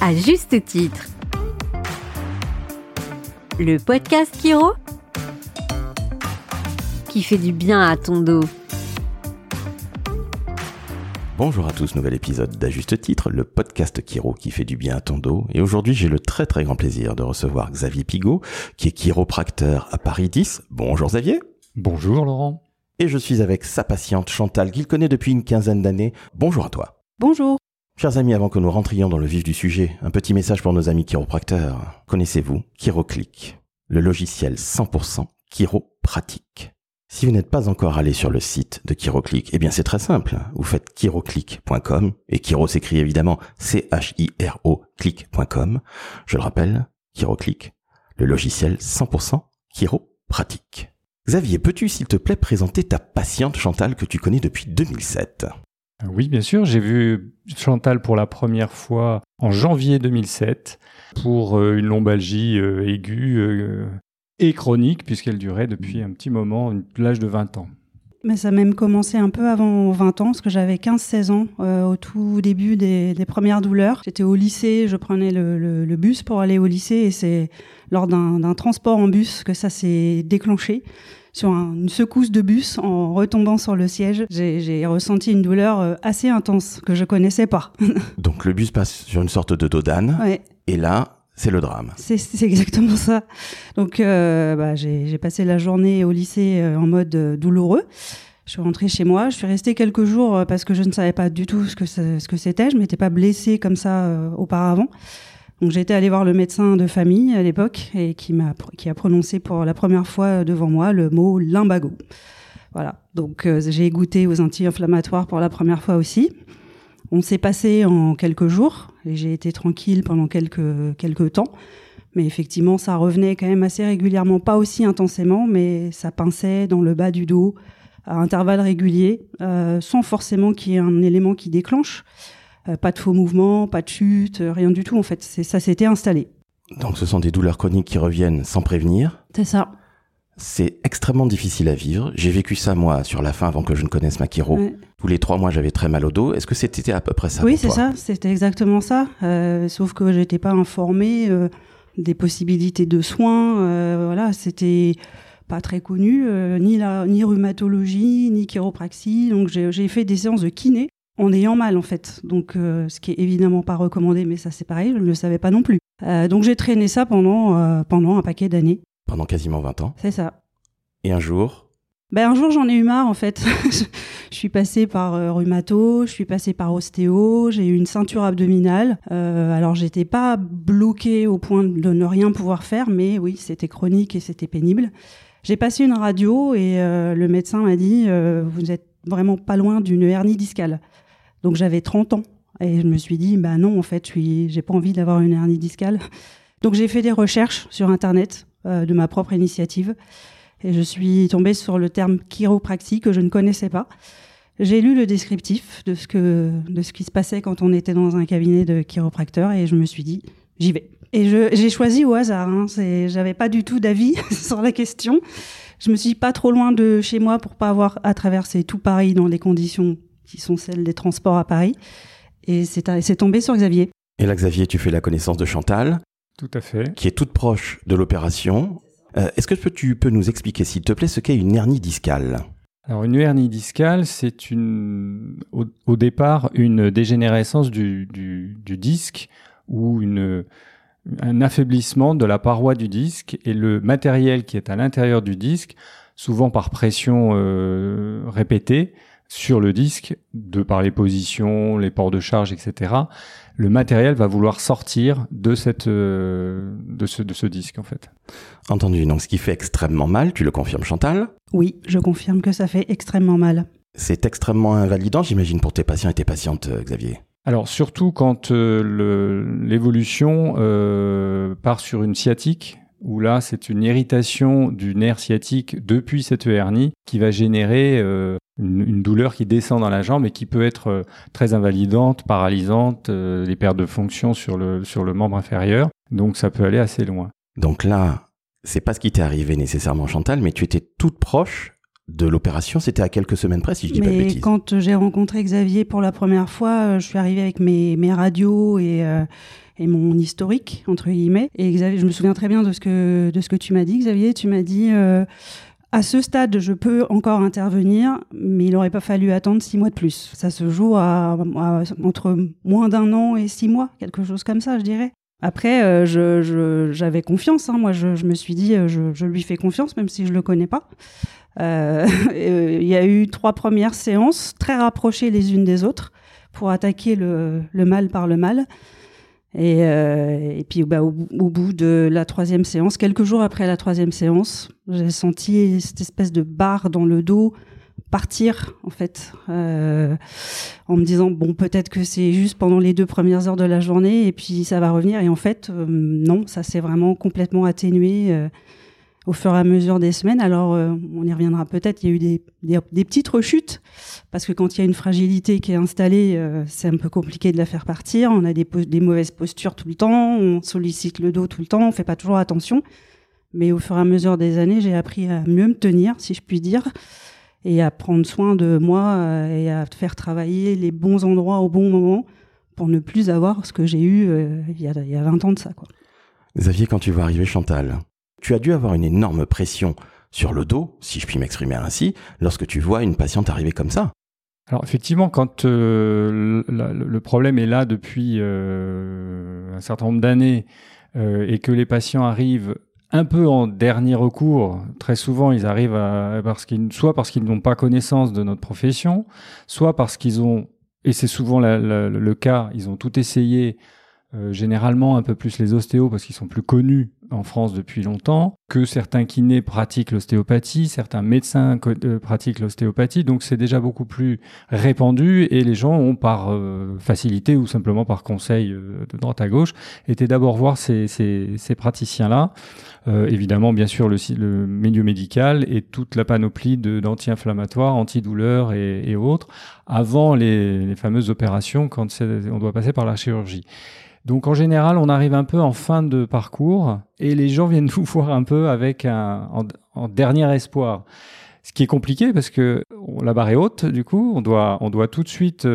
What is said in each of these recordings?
À juste titre. Le podcast Kiro qui fait du bien à ton dos. Bonjour à tous, nouvel épisode d'À juste titre, le podcast Kiro qui fait du bien à ton dos. Et aujourd'hui, j'ai le très très grand plaisir de recevoir Xavier Pigaut, qui est chiropracteur à Paris 10. Bonjour Xavier. Bonjour Laurent. Et je suis avec sa patiente Chantal, qu'il connaît depuis une quinzaine d'années. Bonjour à toi. Bonjour. Chers amis, avant que nous rentrions dans le vif du sujet, un petit message pour nos amis chiropracteurs. Connaissez-vous ChiroClick, le logiciel 100% chiropratique? Si vous n'êtes pas encore allé sur le site de ChiroClick, eh bien c'est très simple. Vous faites chiroclick.com, et Chiro s'écrit évidemment C-H-I-R-O click.com. Je le rappelle, ChiroClick, le logiciel 100% chiropratique. Xavier, peux-tu s'il te plaît présenter ta patiente Chantal que tu connais depuis 2007 ? Oui, bien sûr, j'ai vu Chantal pour la première fois en janvier 2007 pour une lombalgie aiguë et chronique puisqu'elle durait depuis un petit moment, l'âge de 20 ans. Mais ça a même commencé un peu avant 20 ans, parce que j'avais 15-16 ans, au tout début des premières douleurs. J'étais au lycée, je prenais le bus pour aller au lycée, et c'est lors d'un transport en bus que ça s'est déclenché. Sur une secousse de bus, en retombant sur le siège, j'ai ressenti une douleur assez intense, que je connaissais pas. Donc le bus passe sur une sorte de dos d'âne, ouais. Et là... c'est le drame. C'est exactement ça. Donc, j'ai passé la journée au lycée en mode douloureux. Je suis rentrée chez moi. Je suis restée quelques jours parce que je ne savais pas du tout ce que c'était. Je m'étais pas blessée comme ça auparavant. Donc, j'ai été allée voir le médecin de famille à l'époque et qui a prononcé pour la première fois devant moi le mot lumbago. Voilà. Donc, j'ai goûté aux anti-inflammatoires pour la première fois aussi. On s'est passé en quelques jours et j'ai été tranquille pendant quelques temps. Mais effectivement, ça revenait quand même assez régulièrement, pas aussi intensément, mais ça pinçait dans le bas du dos à intervalles réguliers, sans forcément qu'il y ait un élément qui déclenche. Pas de faux mouvements, pas de chute, rien du tout en fait. Ça s'était installé. Donc ce sont des douleurs chroniques qui reviennent sans prévenir. C'est ça. C'est extrêmement difficile à vivre. J'ai vécu ça, moi, sur la fin, avant que je ne connaisse ma chiro. Ouais. Tous les 3 mois, j'avais très mal au dos. Est-ce que c'était à peu près ça? Oui, c'est ça. C'était exactement ça. Sauf que je n'étais pas informée des possibilités de soins. Voilà, c'était pas très connu. Ni rhumatologie, ni chiropraxie. Donc, j'ai fait des séances de kiné en ayant mal, en fait. Donc, ce qui est évidemment pas recommandé, mais ça, c'est pareil. Je ne le savais pas non plus. Donc, j'ai traîné ça pendant un paquet d'années. Pendant quasiment 20 ans. C'est ça. Et un jour? Un jour, j'en ai eu marre, en fait. Je suis passée par rhumato, je suis passée par ostéo, j'ai eu une ceinture abdominale. Alors, j'étais pas bloquée au point de ne rien pouvoir faire, mais oui, c'était chronique et c'était pénible. J'ai passé une radio et le médecin m'a dit « Vous êtes vraiment pas loin d'une hernie discale ». Donc, j'avais 30 ans. Et je me suis dit « non, en fait, j'ai pas envie d'avoir une hernie discale ». Donc, j'ai fait des recherches sur Internet de ma propre initiative. Et je suis tombée sur le terme chiropraxie que je ne connaissais pas. J'ai lu le descriptif de ce qui se passait quand on était dans un cabinet de chiropracteur et je me suis dit, j'y vais. Et j'ai choisi au hasard. J'avais pas du tout d'avis sur la question. Je me suis dit pas trop loin de chez moi pour pas avoir à traverser tout Paris dans les conditions qui sont celles des transports à Paris. Et c'est tombé sur Xavier. Et là, Xavier, tu fais la connaissance de Chantal. Tout à fait. Qui est toute proche de l'opération. Est-ce que tu peux nous expliquer, s'il te plaît, ce qu'est une hernie discale ? Alors, une hernie discale, c'est au départ une dégénérescence du disque ou un affaiblissement de la paroi du disque et le matériel qui est à l'intérieur du disque, souvent par pression répétée sur le disque, de par les positions, les ports de charge, etc., le matériel va vouloir sortir de ce disque, en fait. Entendu. Donc, ce qui fait extrêmement mal, tu le confirmes, Chantal ? Oui, je confirme que ça fait extrêmement mal. C'est extrêmement invalidant, j'imagine, pour tes patients et tes patientes, Xavier. Alors, surtout quand l'évolution part sur une sciatique, où là, c'est une irritation du nerf sciatique depuis cette hernie qui va générer une douleur qui descend dans la jambe et qui peut être très invalidante, paralysante, des pertes de fonction sur le membre inférieur. Donc, ça peut aller assez loin. Donc là, c'est pas ce qui t'est arrivé nécessairement, Chantal, mais tu étais toute proche de l'opération. C'était à quelques semaines près, si je dis pas de bêtises. Mais quand j'ai rencontré Xavier pour la première fois, je suis arrivée avec mes radios et et mon historique, entre guillemets. Et Xavier, je me souviens très bien de ce que tu m'as dit, Xavier. Tu m'as dit, à ce stade, je peux encore intervenir, mais il n'aurait pas fallu attendre 6 mois de plus. Ça se joue entre moins d'1 an et 6 mois, quelque chose comme ça, je dirais. Après, j'avais confiance. Moi, je me suis dit, je lui fais confiance, même si je le connais pas. Il y a eu 3 premières séances très rapprochées les unes des autres pour attaquer le mal par le mal. Et puis, au bout de la 3e séance, quelques jours après la 3e séance, j'ai senti cette espèce de barre dans le dos partir, en fait, en me disant, bon, peut-être que c'est juste pendant les 2 premières heures de la journée et puis ça va revenir. Et en fait, non, ça s'est vraiment complètement atténué au fur et à mesure des semaines. Alors, on y reviendra peut-être, il y a eu des petites rechutes, parce que quand il y a une fragilité qui est installée, c'est un peu compliqué de la faire partir. On a des mauvaises postures tout le temps, on sollicite le dos tout le temps, on fait pas toujours attention. Mais au fur et à mesure des années, j'ai appris à mieux me tenir, si je puis dire, et à prendre soin de moi et à faire travailler les bons endroits au bon moment pour ne plus avoir ce que j'ai eu il y a 20 ans de ça, quoi. Xavier, quand tu vois arriver Chantal, tu as dû avoir une énorme pression sur le dos, si je puis m'exprimer ainsi, lorsque tu vois une patiente arriver comme ça. Alors effectivement, quand le problème est là depuis un certain nombre d'années et que les patients arrivent un peu en dernier recours, très souvent ils arrivent soit parce qu'ils n'ont pas connaissance de notre profession, soit parce qu'ils ont, et c'est souvent le cas, ils ont tout essayé, généralement un peu plus les ostéos parce qu'ils sont plus connus en France depuis longtemps, que certains kinés pratiquent l'ostéopathie, certains médecins pratiquent l'ostéopathie, donc c'est déjà beaucoup plus répandu et les gens ont par facilité ou simplement par conseil de droite à gauche été d'abord voir ces praticiens-là. Évidemment, bien sûr, le milieu médical et toute la panoplie d'anti-inflammatoires, antidouleurs et autres, avant les fameuses opérations quand on doit passer par la chirurgie. Donc en général, on arrive un peu en fin de parcours et les gens viennent nous voir un peu avec en dernier espoir. Ce qui est compliqué parce que la barre est haute, du coup, on doit tout de suite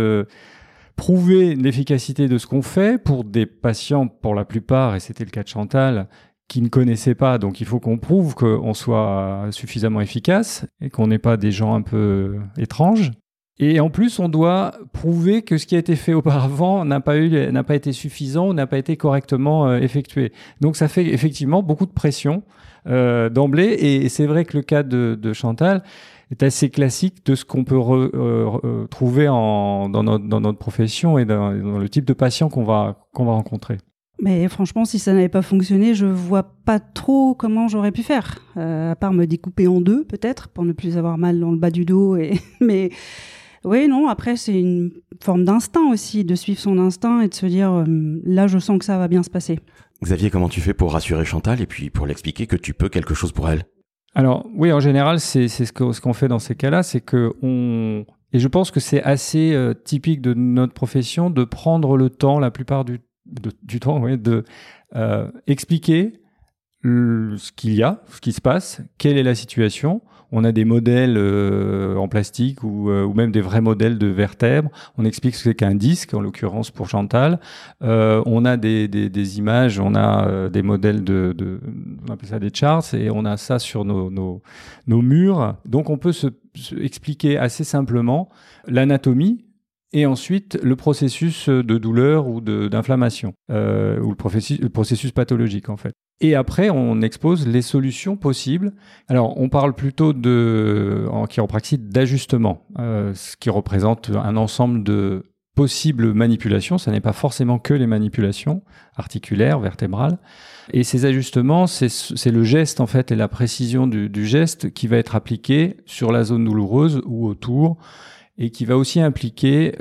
prouver l'efficacité de ce qu'on fait pour des patients, pour la plupart, et c'était le cas de Chantal, qui ne connaissaient pas. Donc il faut qu'on prouve qu'on soit suffisamment efficace et qu'on n'est pas des gens un peu étranges. Et en plus, on doit prouver que ce qui a été fait auparavant n'a pas été suffisant ou n'a pas été correctement effectué. Donc ça fait effectivement beaucoup de pression d'emblée. Et c'est vrai que le cas de Chantal est assez classique de ce qu'on peut trouver dans notre profession et dans le type de patient qu'on va rencontrer. Mais franchement, si ça n'avait pas fonctionné, je vois pas trop comment j'aurais pu faire. À part me découper en 2, peut-être, pour ne plus avoir mal dans le bas du dos. Mais oui, non, après, c'est une forme d'instinct aussi, de suivre son instinct et de se dire, là, je sens que ça va bien se passer. Xavier, comment tu fais pour rassurer Chantal et puis pour l'expliquer que tu peux quelque chose pour elle ? Alors, oui, en général, c'est ce qu'on fait dans ces cas-là, c'est que et je pense que c'est assez typique de notre profession de prendre le temps, la plupart du temps, oui, de expliquer ce qu'il y a, ce qui se passe, quelle est la situation. On a des modèles en plastique ou même des vrais modèles de vertèbres. On explique ce qu'est qu'un disque, en l'occurrence pour Chantal. On a des images, on a des modèles on appelle ça des charts, et on a ça sur nos murs. Donc on peut se expliquer assez simplement l'anatomie et ensuite le processus de douleur ou d'inflammation, ou le processus pathologique en fait. Et après, on expose les solutions possibles. Alors, on parle plutôt en chiropraxie d'ajustement, ce qui représente un ensemble de possibles manipulations. Ça n'est pas forcément que les manipulations articulaires, vertébrales. Et ces ajustements, c'est le geste en fait et la précision du geste qui va être appliqué sur la zone douloureuse ou autour, et qui va aussi impliquer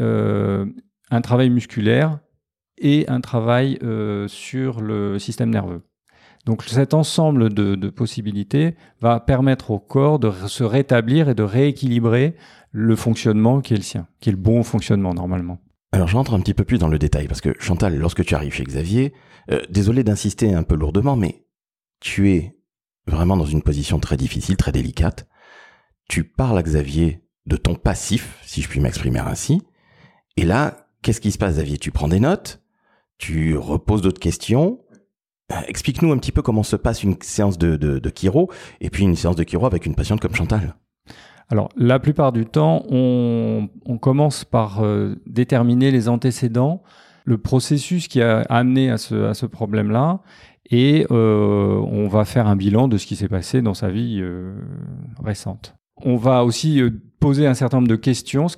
un travail musculaire et un travail sur le système nerveux. Donc cet ensemble de possibilités va permettre au corps de se rétablir et de rééquilibrer le fonctionnement qui est le sien, qui est le bon fonctionnement normalement. Alors j'entre un petit peu plus dans le détail parce que Chantal, lorsque tu arrives chez Xavier, désolé d'insister un peu lourdement, mais tu es vraiment dans une position très difficile, très délicate. Tu parles à Xavier de ton passif, si je puis m'exprimer ainsi. Et là, qu'est-ce qui se passe, Xavier ? Tu prends des notes ? tu reposes d'autres questions. Explique-nous un petit peu comment se passe une séance de chiro et puis une séance de chiro avec une patiente comme Chantal. Alors, la plupart du temps, on commence par déterminer les antécédents, le processus qui a amené à ce problème-là, et on va faire un bilan de ce qui s'est passé dans sa vie récente. On va aussi poser un certain nombre de questions,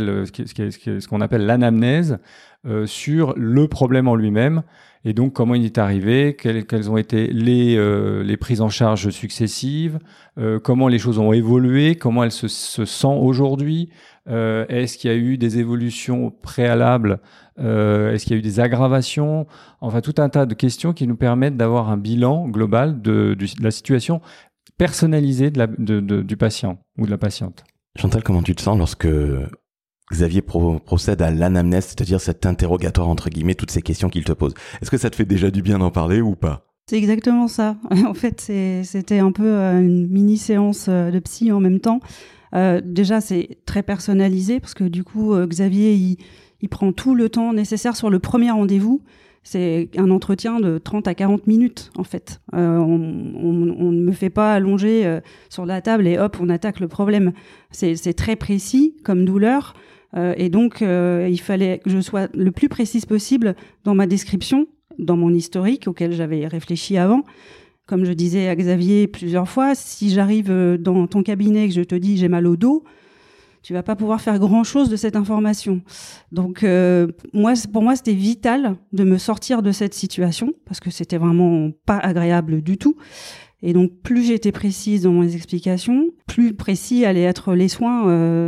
ce qu'on appelle l'anamnèse, sur le problème en lui-même, et donc comment il est arrivé, quelles ont été les prises en charge successives, comment les choses ont évolué, comment elle se sent aujourd'hui, est-ce qu'il y a eu des évolutions préalables, est-ce qu'il y a eu des aggravations, enfin tout un tas de questions qui nous permettent d'avoir un bilan global de la situation personnalisée du patient ou de la patiente. Chantal, comment tu te sens lorsque Xavier procède à l'anamnèse, c'est-à-dire cet interrogatoire entre guillemets, toutes ces questions qu'il te pose? Est-ce que ça te fait déjà du bien d'en parler ou pas? C'est exactement ça. En fait, c'était un peu une mini-séance de psy en même temps. Déjà, c'est très personnalisé parce que du coup, Xavier, il prend tout le temps nécessaire sur le premier rendez-vous. C'est un entretien de 30 à 40 minutes, en fait. On ne me fait pas allonger sur la table et hop, on attaque le problème. C'est très précis comme douleur. Et donc, il fallait que je sois le plus précise possible dans ma description, dans mon historique auquel j'avais réfléchi avant. Comme je disais à Xavier plusieurs fois, si j'arrive dans ton cabinet et que je te dis « j'ai mal au dos », tu vas pas pouvoir faire grand-chose de cette information. Donc, pour moi, c'était vital de me sortir de cette situation parce que c'était vraiment pas agréable du tout. Et donc, plus j'étais précise dans mes explications, plus précis allaient être les soins,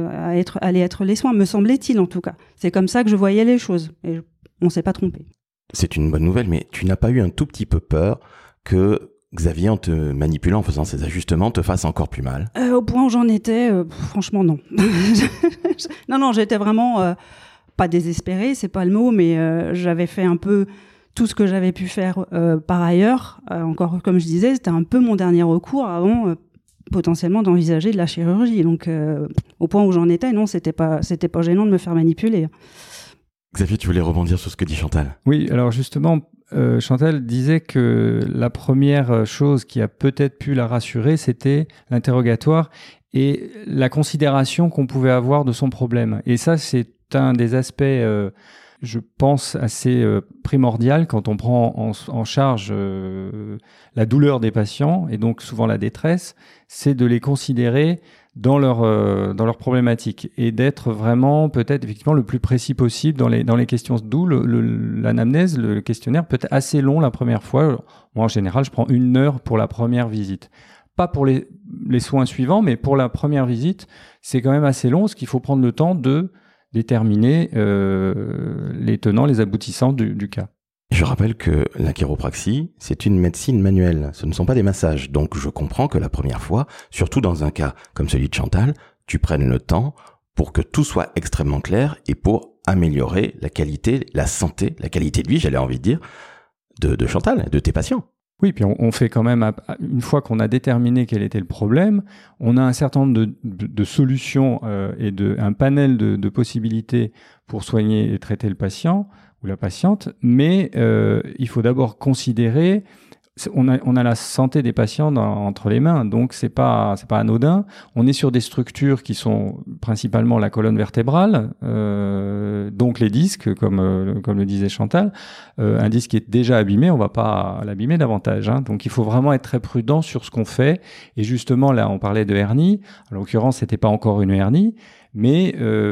me semblait-il en tout cas. C'est comme ça que je voyais les choses. Et on s'est pas trompé. C'est une bonne nouvelle, mais tu n'as pas eu un tout petit peu peur que Xavier, en te manipulant, en faisant ces ajustements, te fasse encore plus mal? Au point où j'en étais, franchement, non. Non, j'étais vraiment pas désespérée, c'est pas le mot, mais j'avais fait un peu tout ce que j'avais pu faire par ailleurs. Encore, comme je disais, c'était un peu mon dernier recours avant potentiellement d'envisager de la chirurgie. Donc, au point où j'en étais, non, c'était pas gênant de me faire manipuler. Xavier, tu voulais rebondir sur ce que dit Chantal? Oui, alors justement, Chantal disait que la première chose qui a peut-être pu la rassurer, c'était l'interrogatoire et la considération qu'on pouvait avoir de son problème. Et ça, c'est un des aspects, je pense, assez primordial quand on prend en charge la douleur des patients et donc souvent la détresse, c'est de les considérer dans leur problématique et d'être vraiment peut-être effectivement le plus précis possible dans les questions. D'où l'anamnèse, le questionnaire peut être assez long la première fois. Moi en général je prends 1 heure pour la première visite. Pas pour les soins suivants, mais pour la première visite c'est quand même assez long parce qu'il faut prendre le temps de déterminer les tenants, les aboutissants du cas. Je rappelle que la chiropraxie, c'est une médecine manuelle, ce ne sont pas des massages. Donc je comprends que la première fois, surtout dans un cas comme celui de Chantal, tu prennes le temps pour que tout soit extrêmement clair et pour améliorer la qualité, la santé, la qualité de vie, j'allais envie de dire, de Chantal, de tes patients. Oui, puis on fait quand même, une fois qu'on a déterminé quel était le problème, on a un certain nombre de solutions et un panel de possibilités pour soigner et traiter le patient ou la patiente, mais il faut d'abord considérer, on a la santé des patients entre les mains, donc c'est pas anodin. On est sur des structures qui sont principalement la colonne vertébrale, donc les disques, comme le disait Chantal. Un disque qui est déjà abîmé, on va pas l'abîmer davantage, hein. Donc il faut vraiment être très prudent sur ce qu'on fait. Et justement là, on parlait de hernie. En l'occurrence, c'était pas encore une hernie, mais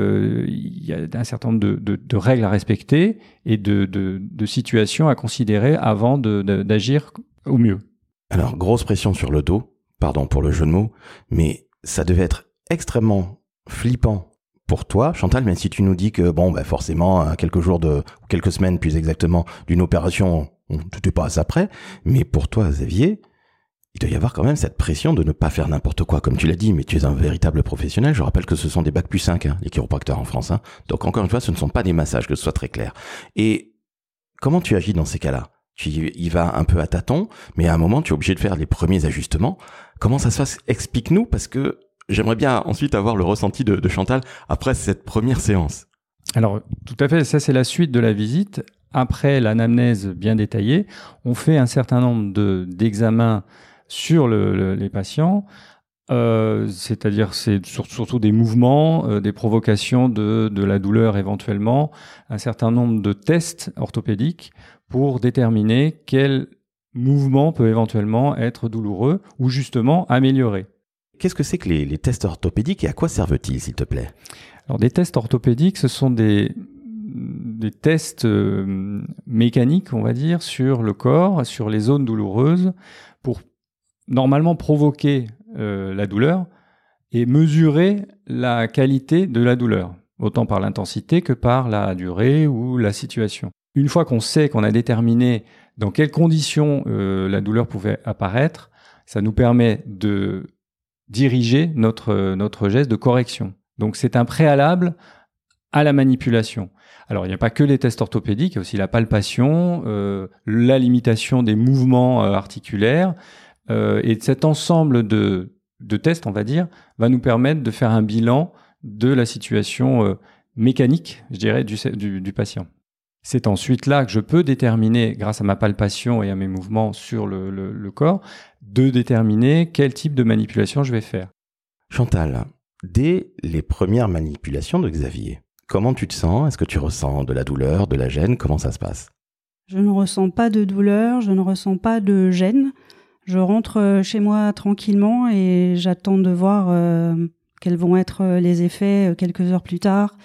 il y a un certain nombre de règles à respecter et de situations à considérer avant d'agir au mieux. Alors, grosse pression sur le dos, pardon pour le jeu de mots, mais ça devait être extrêmement flippant pour toi, Chantal, même si tu nous dis que, forcément, à quelques jours ou quelques semaines plus exactement d'une opération, tu n'étais pas à ça près, mais pour toi, Xavier, il doit y avoir quand même cette pression de ne pas faire n'importe quoi, comme tu l'as dit, mais tu es un véritable professionnel. Je rappelle que ce sont des bacs plus 5, les chiropracteurs en France. Donc encore une fois, ce ne sont pas des massages, que ce soit très clair. Et comment tu agis dans ces cas-là? Tu y vas un peu à tâtons, mais à un moment, tu es obligé de faire les premiers ajustements. Comment ça se passe? Explique-nous, parce que j'aimerais bien ensuite avoir le ressenti de Chantal après cette première séance. Alors, tout à fait, ça c'est la suite de la visite. après l'anamnèse bien détaillée, on fait un certain nombre d'examens sur les patients, c'est-à-dire c'est surtout des mouvements, des provocations de la douleur éventuellement, un certain nombre de tests orthopédiques pour déterminer quel mouvement peut éventuellement être douloureux ou justement amélioré. Qu'est-ce que c'est que les tests orthopédiques et à quoi servent-ils, s'il te plaît ? Alors, des tests orthopédiques, ce sont des tests mécaniques, on va dire, sur le corps, sur les zones douloureuses, pour normalement provoquer la douleur et mesurer la qualité de la douleur, autant par l'intensité que par la durée ou la situation. Une fois qu'on sait, qu'on a déterminé dans quelles conditions la douleur pouvait apparaître, ça nous permet de diriger notre geste de correction. Donc c'est un préalable à la manipulation. Alors il n'y a pas que les tests orthopédiques, il y a aussi la palpation, la limitation des mouvements articulaires, et cet ensemble de tests, on va dire, va nous permettre de faire un bilan de la situation mécanique, je dirais, du patient. C'est ensuite là que je peux déterminer, grâce à ma palpation et à mes mouvements sur le corps, de déterminer quel type de manipulation je vais faire. Chantal, dès les premières manipulations de Xavier, comment tu te sens ? Est-ce que tu ressens de la douleur, de la gêne ? Comment ça se passe ? Je ne ressens pas de douleur, je ne ressens pas de gêne. Je rentre chez moi tranquillement et j'attends de voir quels vont être les effets quelques heures plus tard.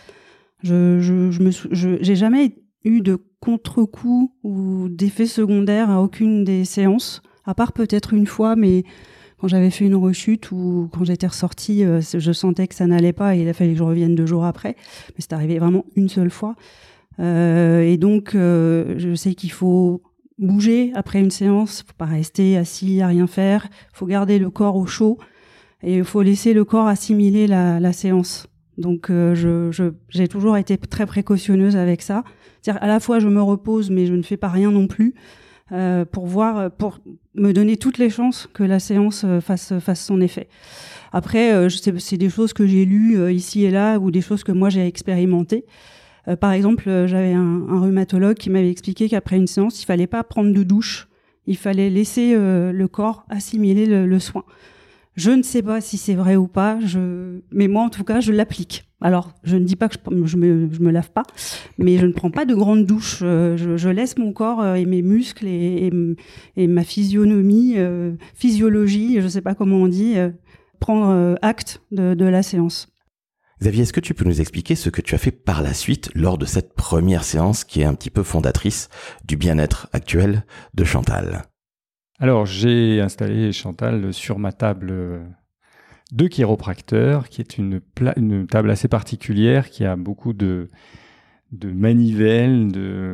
J'ai jamais eu de contre-coup ou d'effet secondaire à aucune des séances, à part peut-être une fois, mais quand j'avais fait une rechute ou quand j'étais ressortie, je sentais que ça n'allait pas et il a fallu que je revienne 2 jours après. Mais c'est arrivé vraiment une seule fois. Et donc, je sais qu'il faut bouger après une séance, faut pas rester assis à rien faire, faut garder le corps au chaud et il faut laisser le corps assimiler la séance. Donc j'ai toujours été très précautionneuse avec ça. C'est-à-dire à la fois je me repose mais je ne fais pas rien non plus pour me donner toutes les chances que la séance fasse son effet. Après c'est des choses que j'ai lues ici et là ou des choses que moi j'ai expérimentées. Par exemple, j'avais un rhumatologue qui m'avait expliqué qu'après une séance, il fallait pas prendre de douche. Il fallait laisser le corps assimiler le soin. Je ne sais pas si c'est vrai ou pas, mais moi, en tout cas, je l'applique. Alors, je ne dis pas que je me lave pas, mais je ne prends pas de grande douche. Je laisse mon corps et mes muscles et ma physionomie, physiologie, je ne sais pas comment on dit, prendre acte de la séance. Xavier, est-ce que tu peux nous expliquer ce que tu as fait par la suite lors de cette première séance qui est un petit peu fondatrice du bien-être actuel de Chantal ? Alors, j'ai installé Chantal sur ma table de chiropracteur, qui est une table assez particulière, qui a beaucoup de manivelles,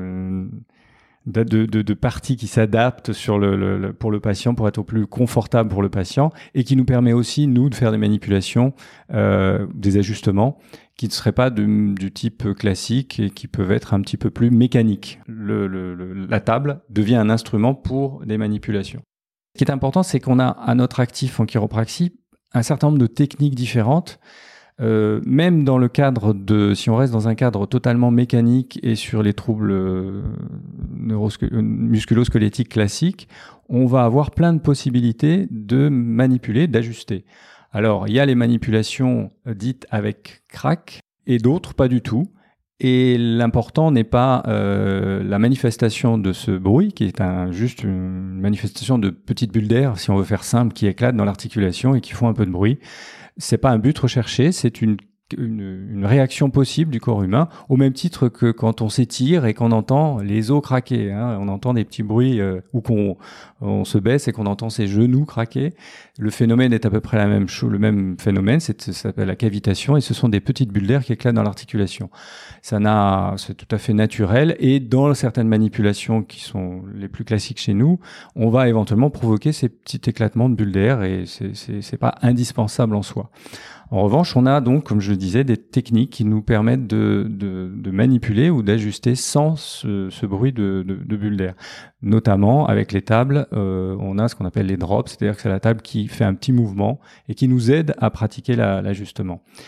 de parties qui s'adaptent pour le patient, pour être au plus confortable pour le patient, et qui nous permet aussi, nous, de faire des manipulations, des ajustements, qui ne seraient pas du type classique et qui peuvent être un petit peu plus mécaniques. La table devient un instrument pour des manipulations. Ce qui est important, c'est qu'on a à notre actif en chiropraxie un certain nombre de techniques différentes. Même dans le cadre si on reste dans un cadre totalement mécanique et sur les troubles musculo-squelettiques classiques, on va avoir plein de possibilités de manipuler, d'ajuster. Alors, il y a les manipulations dites avec crack et d'autres pas du tout. Et l'important n'est pas la manifestation de ce bruit, qui est juste une manifestation de petites bulles d'air, si on veut faire simple, qui éclatent dans l'articulation et qui font un peu de bruit. C'est pas un but recherché, c'est une réaction possible du corps humain, au même titre que quand on s'étire et qu'on entend les os craquer. On entend des petits bruits ou qu'on se baisse et qu'on entend ses genoux craquer. Le phénomène est à peu près le même phénomène, ça s'appelle la cavitation, et ce sont des petites bulles d'air qui éclatent dans l'articulation. C'est tout à fait naturel, et dans certaines manipulations qui sont les plus classiques chez nous, on va éventuellement provoquer ces petits éclatements de bulles d'air, et c'est pas indispensable en soi. En revanche, on a donc, comme je le disais, des techniques qui nous permettent de manipuler ou d'ajuster sans ce bruit de bulles d'air. Notamment, avec les tables, on a ce qu'on appelle les drops, c'est-à-dire que c'est la table qui fait un petit mouvement et qui nous aide à pratiquer l'ajustement.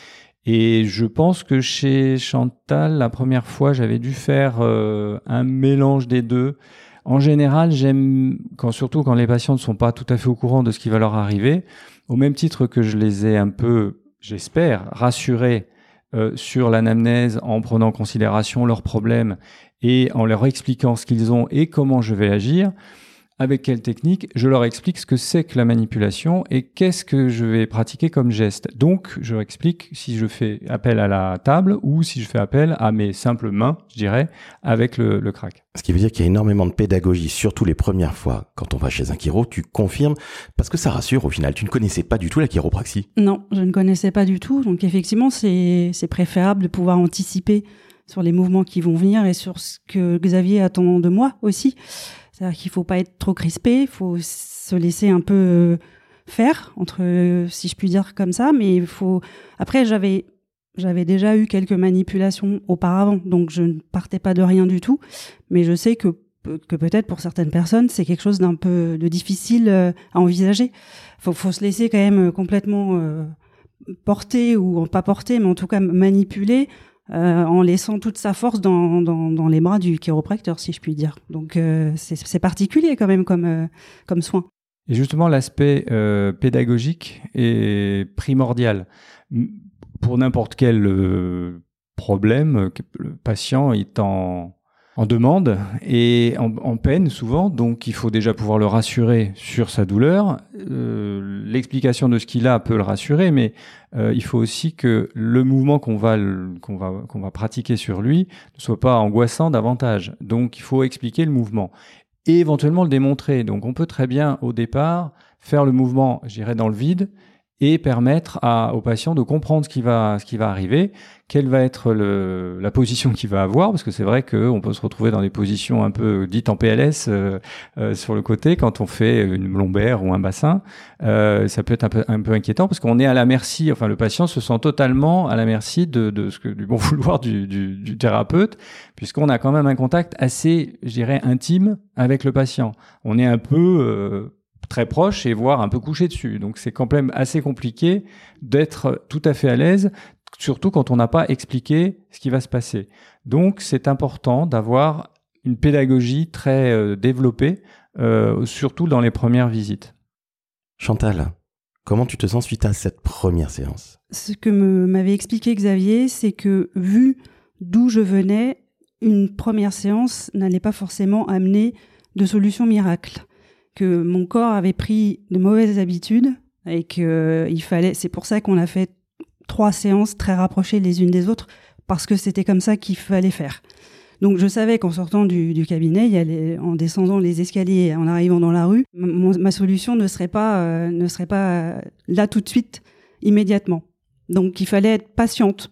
Et je pense que chez Chantal, la première fois, j'avais dû faire un mélange des deux. En général, j'aime, surtout quand les patients ne sont pas tout à fait au courant de ce qui va leur arriver, au même titre que je les ai un peu, j'espère, rassurés sur l'anamnèse en prenant en considération leurs problèmes et en leur expliquant ce qu'ils ont et comment je vais agir. Avec quelle technique, je leur explique ce que c'est que la manipulation et qu'est-ce que je vais pratiquer comme geste. Donc, je leur explique si je fais appel à la table ou si je fais appel à mes simples mains, je dirais, avec le crack. Ce qui veut dire qu'il y a énormément de pédagogie, surtout les premières fois. Quand on va chez un chiro, tu confirmes, parce que ça rassure au final. Tu ne connaissais pas du tout la chiropraxie. Non, je ne connaissais pas du tout. Donc effectivement, c'est préférable de pouvoir anticiper sur les mouvements qui vont venir et sur ce que Xavier attend de moi aussi. C'est-à-dire qu'il faut pas être trop crispé, il faut se laisser un peu faire, si je puis dire comme ça. Mais il faut. Après, j'avais déjà eu quelques manipulations auparavant, donc je ne partais pas de rien du tout. Mais je sais que peut-être pour certaines personnes, c'est quelque chose d'un peu difficile à envisager. Faut se laisser quand même complètement porter ou pas porter, mais en tout cas manipuler. En laissant toute sa force dans les bras du chiropracteur, si je puis dire. Donc c'est particulier quand même comme soin. Et justement, l'aspect pédagogique est primordial. Pour n'importe quel problème, le patient est en demande et en peine souvent, donc il faut déjà pouvoir le rassurer sur sa douleur. L'explication de ce qu'il a peut le rassurer, mais il faut aussi que le mouvement qu'on va pratiquer sur lui ne soit pas angoissant davantage. Donc il faut expliquer le mouvement et éventuellement le démontrer. Donc on peut très bien au départ faire le mouvement, je dirais, dans le vide et permettre au patient de comprendre ce qui va arriver, quelle va être la position qu'il va avoir, parce que c'est vrai qu'on peut se retrouver dans des positions un peu dites en PLS sur le côté quand on fait une lombaire ou un bassin. Ça peut être un peu inquiétant parce qu'on est à la merci, enfin le patient se sent totalement à la merci du bon vouloir du thérapeute, puisqu'on a quand même un contact assez, je dirais, intime avec le patient. On est un peu très proche et voire un peu couché dessus. Donc c'est quand même assez compliqué d'être tout à fait à l'aise, surtout quand on n'a pas expliqué ce qui va se passer. Donc c'est important d'avoir une pédagogie très développée, surtout dans les premières visites. Chantal, comment tu te sens suite à cette première séance ? Ce que m'avait expliqué Xavier, c'est que vu d'où je venais, une première séance n'allait pas forcément amener de solution miracle. Que mon corps avait pris de mauvaises habitudes et c'est pour ça qu'on a fait 3 séances très rapprochées les unes des autres, parce que c'était comme ça qu'il fallait faire. Donc je savais qu'en sortant du cabinet, en descendant les escaliers, en arrivant dans la rue, ma solution ne serait pas là tout de suite, immédiatement. Donc il fallait être patiente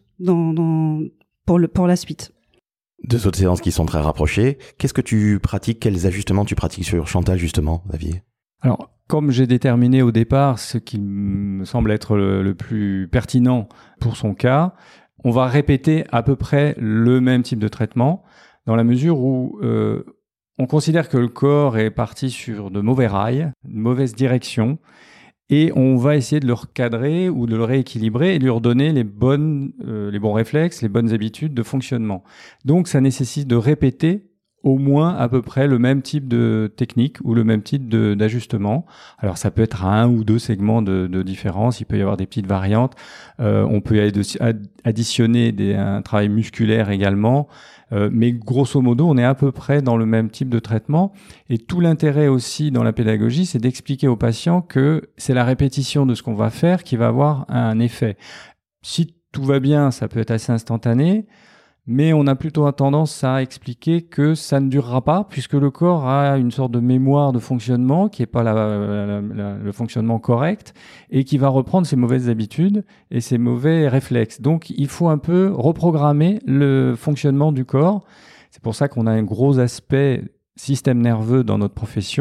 pour la suite. 2 autres séances qui sont très rapprochées. Qu'est-ce que tu pratiques ? Quels ajustements tu pratiques sur Chantal, justement, Xavier ? Alors, comme j'ai déterminé au départ ce qui me semble être le plus pertinent pour son cas, on va répéter à peu près le même type de traitement, dans la mesure où on considère que le corps est parti sur de mauvais rails, une mauvaise direction, et on va essayer de le recadrer ou de le rééquilibrer et de lui redonner les bons réflexes, les bonnes habitudes de fonctionnement. Donc ça nécessite de répéter au moins à peu près le même type de technique ou le même type d'ajustement. Alors ça peut être à 1 ou 2 segments de différence, il peut y avoir des petites variantes. On peut additionner un travail musculaire également. Mais grosso modo, on est à peu près dans le même type de traitement. Et tout l'intérêt aussi dans la pédagogie, c'est d'expliquer aux patients que c'est la répétition de ce qu'on va faire qui va avoir un effet. Si tout va bien, ça peut être assez instantané, mais on a plutôt tendance à expliquer que ça ne durera pas, puisque le corps a une sorte de mémoire de fonctionnement qui n'est pas le fonctionnement correct et qui va reprendre ses mauvaises habitudes et ses mauvais réflexes. Donc il faut un peu reprogrammer le fonctionnement du corps. C'est pour ça qu'on a un gros aspect système nerveux dans notre profession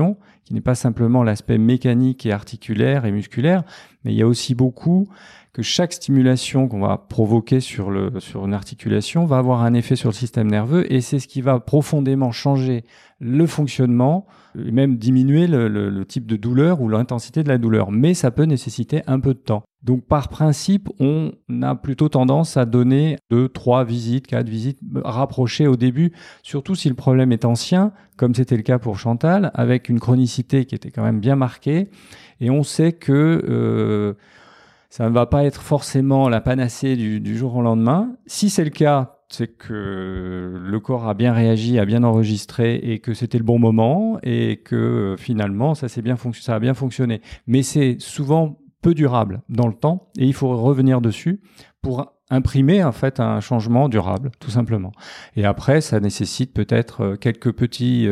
qui n'est pas simplement l'aspect mécanique et articulaire et musculaire, mais il y a aussi beaucoup que chaque stimulation qu'on va provoquer sur une articulation va avoir un effet sur le système nerveux, et c'est ce qui va profondément changer le fonctionnement et même diminuer le type de douleur ou l'intensité de la douleur. Mais ça peut nécessiter un peu de temps. Donc par principe, on a plutôt tendance à donner 2, 3 visites, 4 visites rapprochées au début, surtout si le problème est ancien, comme c'était le cas pour Chantal, avec une chronicité qui était quand même bien marquée. Et on sait que ça ne va pas être forcément la panacée du jour au lendemain. Si c'est le cas, c'est que le corps a bien réagi, a bien enregistré et que c'était le bon moment et que finalement ça a bien fonctionné. Mais c'est souvent peu durable dans le temps et il faut revenir dessus pour imprimer en fait un changement durable, tout simplement. Et après, ça nécessite peut-être quelques petites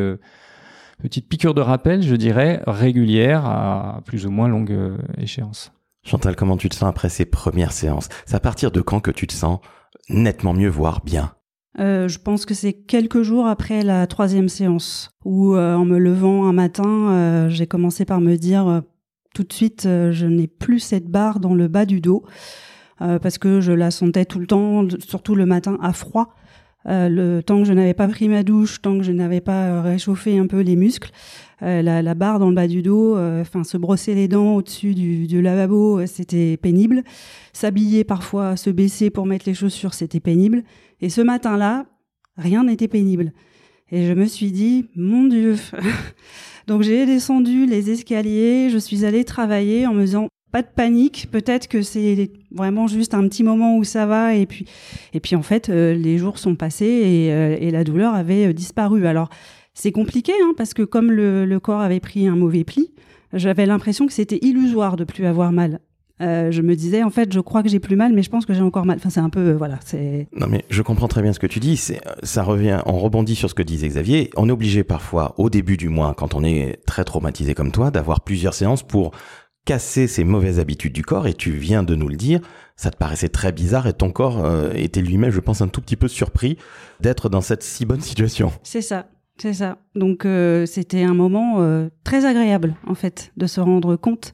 piqûres de rappel, je dirais, régulières à plus ou moins longue échéance. Chantal, comment tu te sens après ces premières séances? C'est à partir de quand que tu te sens nettement mieux, voire bien? Je pense que c'est quelques jours après la 3e séance où, en me levant un matin, j'ai commencé par me dire tout de suite, je n'ai plus cette barre dans le bas du dos parce que je la sentais tout le temps, surtout le matin à froid. Le temps que je n'avais pas pris ma douche, tant que je n'avais pas réchauffé un peu les muscles, la barre dans le bas du dos, se brosser les dents au-dessus du lavabo, c'était pénible. S'habiller parfois, se baisser pour mettre les chaussures, c'était pénible. Et ce matin-là, rien n'était pénible. Et je me suis dit, mon Dieu. Donc j'ai descendu les escaliers, je suis allée travailler en me disant, pas de panique, peut-être que c'est vraiment juste un petit moment où ça va, et puis en fait les jours sont passés et la douleur avait disparu. Alors c'est compliqué parce que comme le corps avait pris un mauvais pli, j'avais l'impression que c'était illusoire de plus avoir mal. Je me disais, en fait, je crois que j'ai plus mal, mais je pense que j'ai encore mal. Enfin, c'est un peu, c'est... Non, mais je comprends très bien ce que tu dis. Ça revient, on rebondit sur ce que disait Xavier. On est obligé parfois, au début du mois, quand on est très traumatisé comme toi, d'avoir plusieurs séances pour casser ces mauvaises habitudes du corps. Et tu viens de nous le dire, ça te paraissait très bizarre et ton corps était lui-même, je pense, un tout petit peu surpris d'être dans cette si bonne situation. C'est ça. Donc, c'était un moment très agréable, en fait, de se rendre compte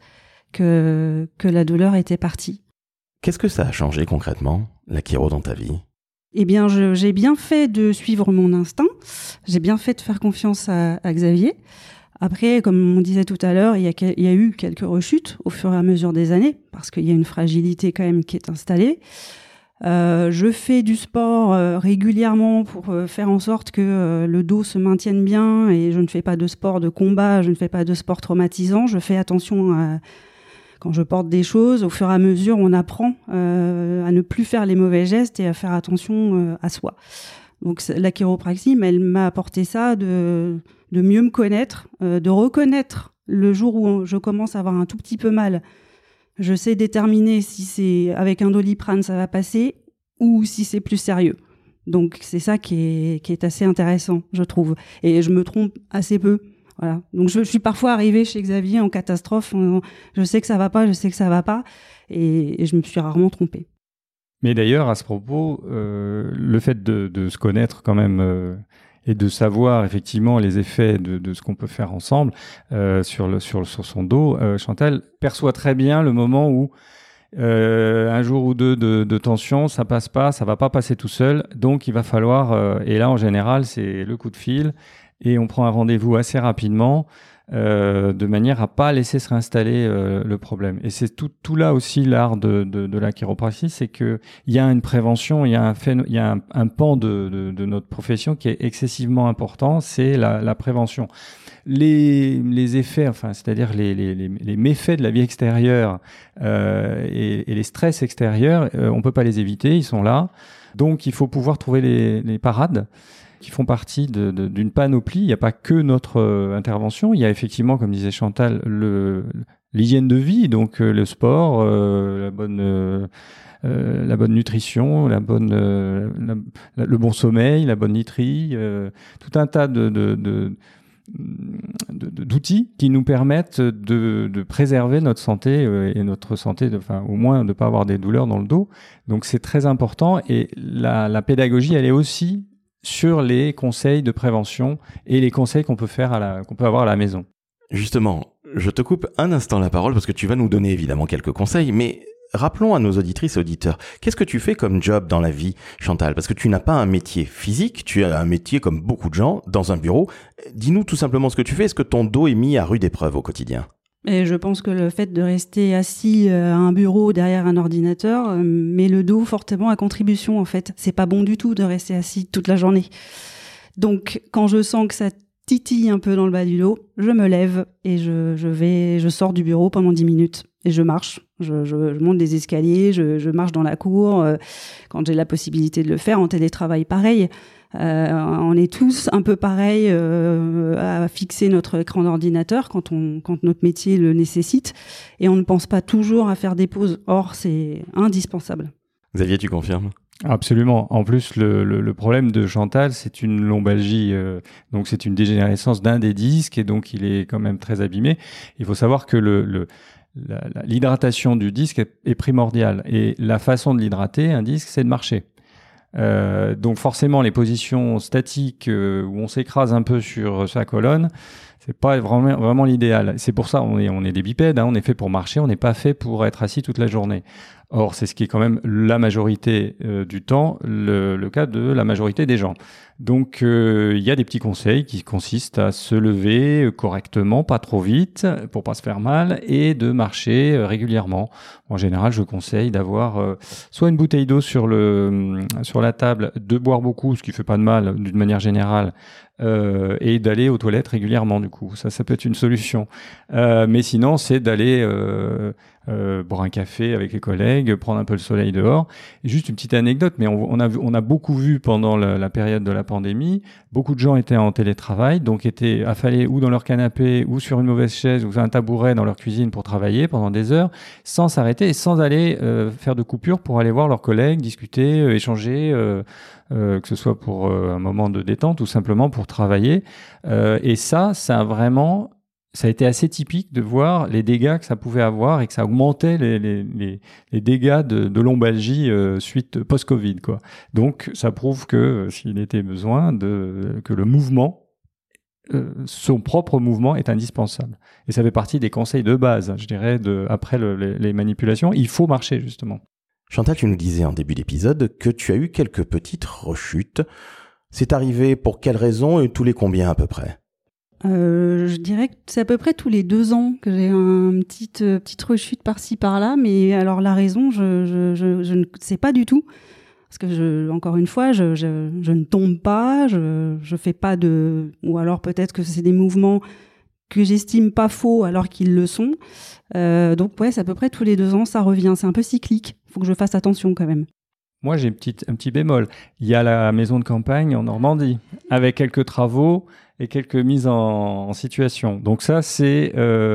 que la douleur était partie. Qu'est-ce que ça a changé concrètement, la chiro, dans ta vie? Eh bien, j'ai bien fait de suivre mon instinct. J'ai bien fait de faire confiance à Xavier. Après, comme on disait tout à l'heure, il y a eu quelques rechutes au fur et à mesure des années, parce qu'il y a une fragilité quand même qui est installée. Je fais du sport régulièrement pour faire en sorte que le dos se maintienne bien, et je ne fais pas de sport de combat, je ne fais pas de sport traumatisant. Je fais attention quand je porte des choses. Au fur et à mesure, on apprend à ne plus faire les mauvais gestes et à faire attention à soi. Donc la chiropraxie, elle m'a apporté ça, de mieux me connaître, de reconnaître le jour où je commence à avoir un tout petit peu mal. Je sais déterminer si c'est avec un Doliprane ça va passer ou si c'est plus sérieux. Donc c'est ça qui est assez intéressant, je trouve. Et je me trompe assez peu. Voilà. Donc je suis parfois arrivée chez Xavier en catastrophe. Je sais que ça va pas, et je me suis rarement trompée. Mais d'ailleurs, à ce propos, le fait de se connaître quand même et de savoir effectivement les effets de ce qu'on peut faire ensemble sur son dos, Chantal perçoit très bien le moment où un jour ou deux de tension, ça passe pas, ça va pas passer tout seul, donc il va falloir, et là en général c'est le coup de fil, et on prend un rendez-vous assez rapidement, de manière à pas laisser se réinstaller le problème. Et c'est tout là aussi l'art de la chiropraxie, c'est que il y a une prévention, il y a un pan de notre profession qui est excessivement important, c'est la prévention. Les effets, c'est-à-dire les méfaits de la vie extérieure et les stress extérieurs, on peut pas les éviter, ils sont là. Donc il faut pouvoir trouver les parades qui font partie d'une panoplie. Il n'y a pas que notre intervention. Il y a effectivement, comme disait Chantal, l'hygiène de vie, donc le sport, la bonne nutrition, le bon sommeil, la bonne nitrie, tout un tas d'outils qui nous permettent de préserver notre santé et notre santé, au moins de ne pas avoir des douleurs dans le dos. Donc c'est très important, et la pédagogie, elle est aussi sur les conseils de prévention et les conseils qu'on peut avoir à la maison. Justement, je te coupe un instant la parole parce que tu vas nous donner évidemment quelques conseils, mais rappelons à nos auditrices et auditeurs, qu'est-ce que tu fais comme job dans la vie, Chantal? Parce que tu n'as pas un métier physique, tu as un métier comme beaucoup de gens dans un bureau. Dis-nous tout simplement ce que tu fais. Est-ce que ton dos est mis à rude épreuve au quotidien? Et je pense que le fait de rester assis à un bureau derrière un ordinateur met le dos fortement à contribution, en fait. C'est pas bon du tout de rester assis toute la journée. Donc, quand je sens que ça titille un peu dans le bas du dos, je me lève et je sors du bureau pendant 10 minutes et je marche. Je monte des escaliers, je marche dans la cour quand j'ai la possibilité de le faire. En télétravail, pareil. On est tous un peu pareil à fixer notre écran d'ordinateur quand notre métier le nécessite et on ne pense pas toujours à faire des pauses. Or, c'est indispensable. Xavier, tu confirmes? Absolument. En plus, le problème de Chantal, c'est une lombalgie, donc c'est une dégénérescence d'un des disques et donc il est quand même très abîmé. Il faut savoir que l'hydratation du disque est primordiale et la façon de l'hydrater, un disque, c'est de marcher. Donc forcément, les positions statiques où on s'écrase un peu sur sa colonne, c'est pas vraiment l'idéal. C'est pour ça on est des bipèdes, on est fait pour marcher, on n'est pas fait pour être assis toute la journée. Or, c'est ce qui est quand même la majorité du temps, le cas de la majorité des gens. Donc, il y a des petits conseils qui consistent à se lever correctement, pas trop vite, pour pas se faire mal, et de marcher régulièrement. En général, je conseille d'avoir soit une bouteille d'eau sur la table, de boire beaucoup, ce qui fait pas de mal d'une manière générale, et d'aller aux toilettes régulièrement. Du coup, ça peut être une solution. Mais sinon, c'est d'aller boire un café avec les collègues, prendre un peu le soleil dehors. Et juste une petite anecdote, mais on a beaucoup vu pendant la période de la pandémie, beaucoup de gens étaient en télétravail, donc étaient affalés ou dans leur canapé, ou sur une mauvaise chaise, ou sur un tabouret dans leur cuisine pour travailler pendant des heures, sans s'arrêter et sans aller faire de coupure pour aller voir leurs collègues, discuter, échanger, que ce soit pour un moment de détente ou simplement pour travailler. Et ça a été assez typique de voir les dégâts que ça pouvait avoir et que ça augmentait les dégâts de lombalgie suite post-Covid, quoi. Donc, ça prouve que s'il était besoin que le mouvement, son propre mouvement est indispensable. Et ça fait partie des conseils de base, je dirais, après les manipulations. Il faut marcher, justement. Chantal, tu nous disais en début d'épisode que tu as eu quelques petites rechutes. C'est arrivé pour quelles raisons et tous les combien à peu près? Je dirais que c'est à peu près tous les 2 ans que j'ai une petite rechute par-ci par-là, mais alors la raison, je ne sais pas du tout, parce que encore une fois, je ne tombe pas, je fais pas ou alors peut-être que c'est des mouvements que j'estime pas faux alors qu'ils le sont. Donc ouais, c'est à peu près tous les 2 ans, ça revient, c'est un peu cyclique. Il faut que je fasse attention quand même. Moi, j'ai un petit bémol. Il y a la maison de campagne en Normandie, avec quelques travaux et quelques mises en situation. Donc ça, c'est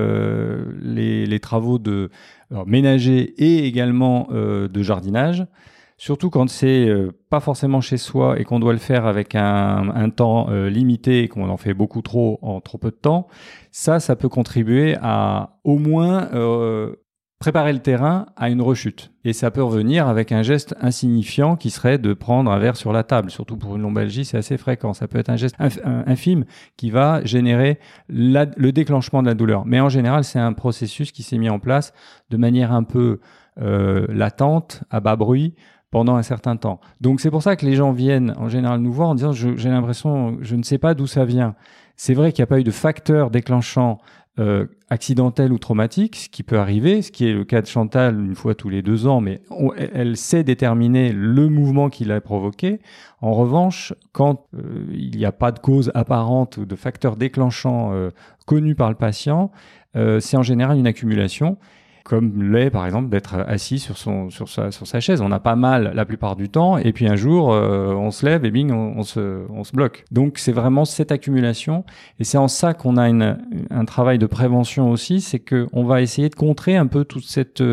les travaux ménagers et également de jardinage. Surtout quand c'est pas forcément chez soi et qu'on doit le faire avec un temps limité et qu'on en fait beaucoup trop en trop peu de temps. Ça peut contribuer à au moins préparer le terrain à une rechute. Et ça peut revenir avec un geste insignifiant qui serait de prendre un verre sur la table. Surtout pour une lombalgie, c'est assez fréquent. Ça peut être un geste infime qui va générer le déclenchement de la douleur. Mais en général, c'est un processus qui s'est mis en place de manière un peu latente, à bas bruit, pendant un certain temps. Donc c'est pour ça que les gens viennent en général nous voir en disant j'ai l'impression, je ne sais pas d'où ça vient. C'est vrai qu'il n'y a pas eu de facteur déclenchant accidentel ou traumatique, ce qui peut arriver, ce qui est le cas de Chantal une fois tous les 2 ans, mais elle sait déterminer le mouvement qui l'a provoqué. En revanche, quand il n'y a pas de cause apparente ou de facteur déclenchant connu par le patient, c'est en général une accumulation, comme l'est par exemple d'être assis sur sa chaise. On a pas mal la plupart du temps, et puis un jour on se lève et bing, on se bloque. Donc c'est vraiment cette accumulation, et c'est en ça qu'on a un travail de prévention aussi, c'est que on va essayer de contrer un peu toute cette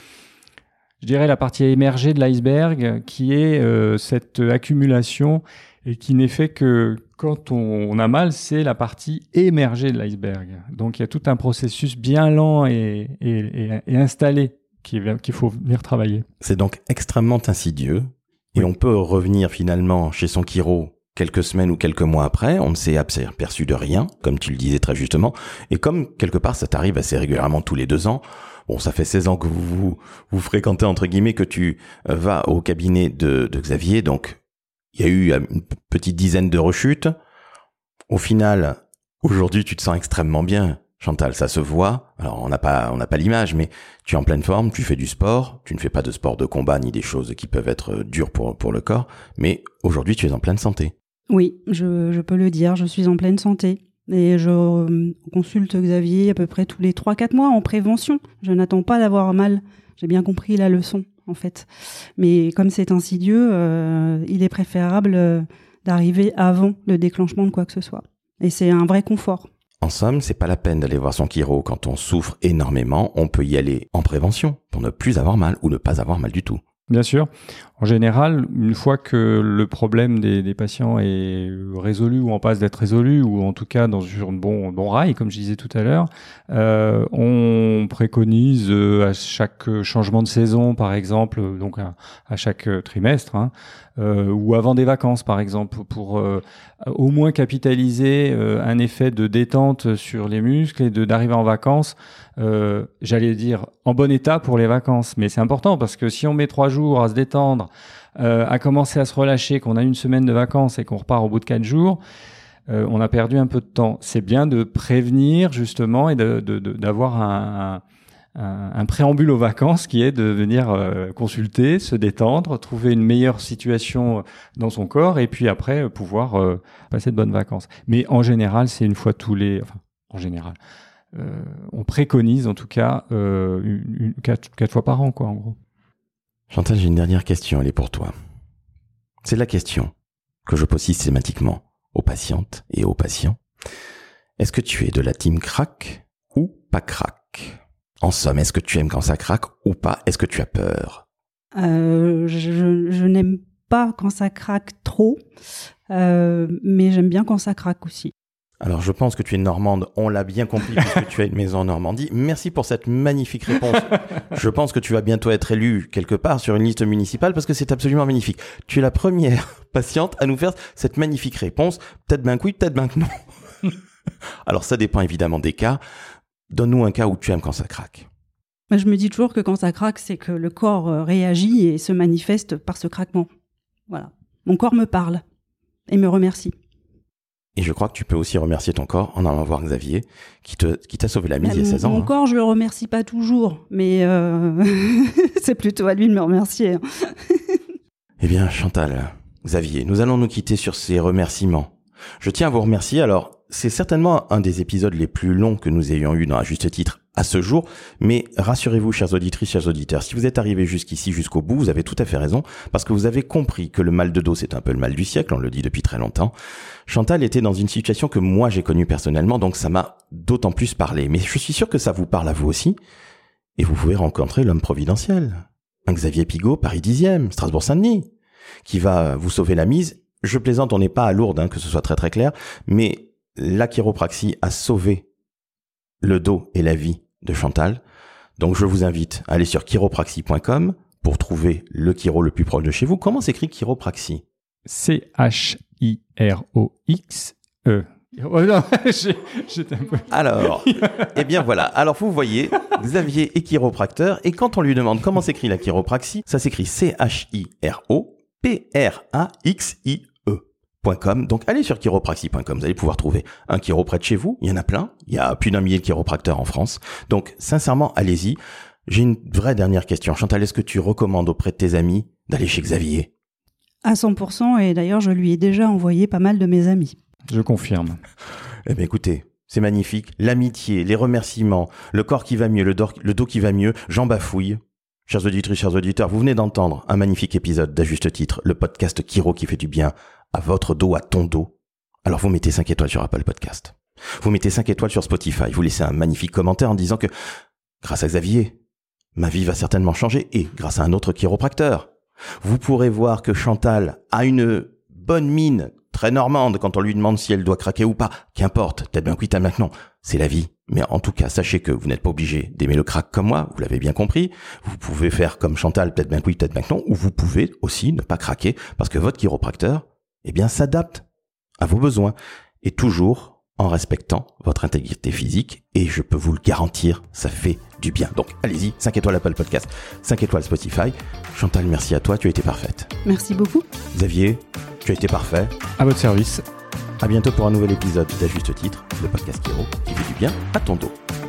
je dirais la partie émergée de l'iceberg, qui est cette accumulation, et qui n'est fait que quand on a mal, c'est la partie émergée de l'iceberg. Donc il y a tout un processus bien lent et installé qu'il faut venir travailler. C'est donc extrêmement insidieux, et on peut revenir finalement chez son chiro quelques semaines ou quelques mois après, on ne s'est aperçu de rien, comme tu le disais très justement, et comme quelque part ça t'arrive assez régulièrement tous les 2 ans, bon, ça fait 16 ans que vous fréquentez, entre guillemets, que tu vas au cabinet de Xavier, donc il y a eu une petite dizaine de rechutes. Au final, aujourd'hui, tu te sens extrêmement bien. Chantal, ça se voit. Alors, on n'a pas l'image, mais tu es en pleine forme, tu fais du sport, tu ne fais pas de sport de combat ni des choses qui peuvent être dures pour le corps, mais aujourd'hui, tu es en pleine santé. Oui, je peux le dire, je suis en pleine santé. Et je consulte Xavier à peu près tous les 3-4 mois en prévention. Je n'attends pas d'avoir mal. J'ai bien compris la leçon, en fait. Mais comme c'est insidieux, il est préférable d'arriver avant le déclenchement de quoi que ce soit. Et c'est un vrai confort. En somme, c'est pas la peine d'aller voir son chiro quand on souffre énormément. On peut y aller en prévention pour ne plus avoir mal ou ne pas avoir mal du tout. Bien sûr. En général, une fois que le problème des patients est résolu ou en passe d'être résolu, ou en tout cas sur un bon rail, comme je disais tout à l'heure, on préconise à chaque changement de saison, par exemple, donc à chaque trimestre, ou avant des vacances, par exemple, pour au moins capitaliser un effet de détente sur les muscles et d'arriver en vacances, j'allais dire en bon état pour les vacances. Mais c'est important parce que si on met 3 jours à se détendre, à commencer à se relâcher, qu'on a une semaine de vacances et qu'on repart au bout de 4 jours, on a perdu un peu de temps. C'est bien de prévenir justement et d'avoir un préambule aux vacances qui est de venir consulter, se détendre, trouver une meilleure situation dans son corps et puis après pouvoir passer de bonnes vacances. Mais en général, c'est une fois en général. On préconise en tout cas 4 fois par an, quoi, en gros. Chantal, j'ai une dernière question, elle est pour toi. C'est la question que je pose systématiquement aux patientes et aux patients. Est-ce que tu es de la team crack ou pas crack ? En somme, est-ce que tu aimes quand ça craque ou pas ? Est-ce que tu as peur ? Je n'aime pas quand ça craque trop, mais j'aime bien quand ça craque aussi. Alors, je pense que tu es normande, on l'a bien compris puisque tu as une maison en Normandie. Merci pour cette magnifique réponse. Je pense que tu vas bientôt être élue quelque part sur une liste municipale parce que c'est absolument magnifique. Tu es la première patiente à nous faire cette magnifique réponse. Peut-être bien que oui, peut-être bien que non. Alors, ça dépend évidemment des cas. Donne-nous un cas où tu aimes quand ça craque. Je me dis toujours que quand ça craque, c'est que le corps réagit et se manifeste par ce craquement. Voilà. Mon corps me parle et me remercie. Et je crois que tu peux aussi remercier ton corps en allant voir Xavier, qui t'a sauvé la mise il y a 16 ans. Mon corps, je le remercie pas toujours, mais c'est plutôt à lui de me remercier. Eh bien, Chantal, Xavier, nous allons nous quitter sur ces remerciements. Je tiens à vous remercier. Alors, c'est certainement un des épisodes les plus longs que nous ayons eu dans À Juste Titre à ce jour, mais rassurez-vous, chères auditrices, chers auditeurs, si vous êtes arrivés jusqu'ici, jusqu'au bout, vous avez tout à fait raison, parce que vous avez compris que le mal de dos, c'est un peu le mal du siècle, on le dit depuis très longtemps. Chantal était dans une situation que moi j'ai connue personnellement, donc ça m'a d'autant plus parlé, mais je suis sûr que ça vous parle à vous aussi, et vous pouvez rencontrer l'homme providentiel, un Xavier Pigaut, Paris 10e, Strasbourg-Saint-Denis, qui va vous sauver la mise. Je plaisante, on n'est pas à Lourdes, que ce soit très très clair, mais la chiropraxie a sauvé le dos et la vie de Chantal. Donc je vous invite à aller sur chiropraxie.com pour trouver le chiro le plus proche de chez vous. Comment s'écrit chiropraxie ? CHIROXE. Oh non, j'étais un peu... Alors, eh bien voilà. Alors vous voyez, Xavier est chiropracteur et quand on lui demande comment s'écrit la chiropraxie, ça s'écrit CHIROPRAXIE.com. Donc allez sur chiropraxie.com, vous allez pouvoir trouver un chiro près de chez vous. Il y en a plein. Il y a plus d'1 millier de chiropracteurs en France. Donc sincèrement, allez-y. J'ai une vraie dernière question. Chantal, est-ce que tu recommandes auprès de tes amis d'aller chez Xavier ? À 100%, et d'ailleurs je lui ai déjà envoyé pas mal de mes amis. Je confirme. Eh bien écoutez, c'est magnifique. L'amitié, les remerciements, le corps qui va mieux, le dos qui va mieux, j'en bafouille. Chers auditrices, chers auditeurs, vous venez d'entendre un magnifique épisode d'À Juste Titre, le podcast Chiro qui fait du bien à votre dos, à ton dos. Alors vous mettez 5 étoiles sur Apple Podcast. Vous mettez 5 étoiles sur Spotify. Vous laissez un magnifique commentaire en disant que, grâce à Xavier, ma vie va certainement changer et grâce à un autre chiropracteur. Vous pourrez voir que Chantal a une bonne mine très normande quand on lui demande si elle doit craquer ou pas. Qu'importe, peut-être bien que oui, peut-être bien que non. C'est la vie. Mais en tout cas, sachez que vous n'êtes pas obligé d'aimer le crack comme moi, vous l'avez bien compris. Vous pouvez faire comme Chantal, peut-être bien que oui, peut-être bien que non. Ou vous pouvez aussi ne pas craquer parce que votre chiropracteur s'adapte à vos besoins et toujours en respectant votre intégrité physique, et je peux vous le garantir, ça fait du bien. Donc allez-y, 5 étoiles Apple Podcast, 5 étoiles Spotify. Chantal, merci à toi, tu as été parfaite. Merci beaucoup. Xavier, tu as été parfait. À votre service. À bientôt pour un nouvel épisode d'À Juste Titre, le podcast Kiro qui fait du bien à ton dos.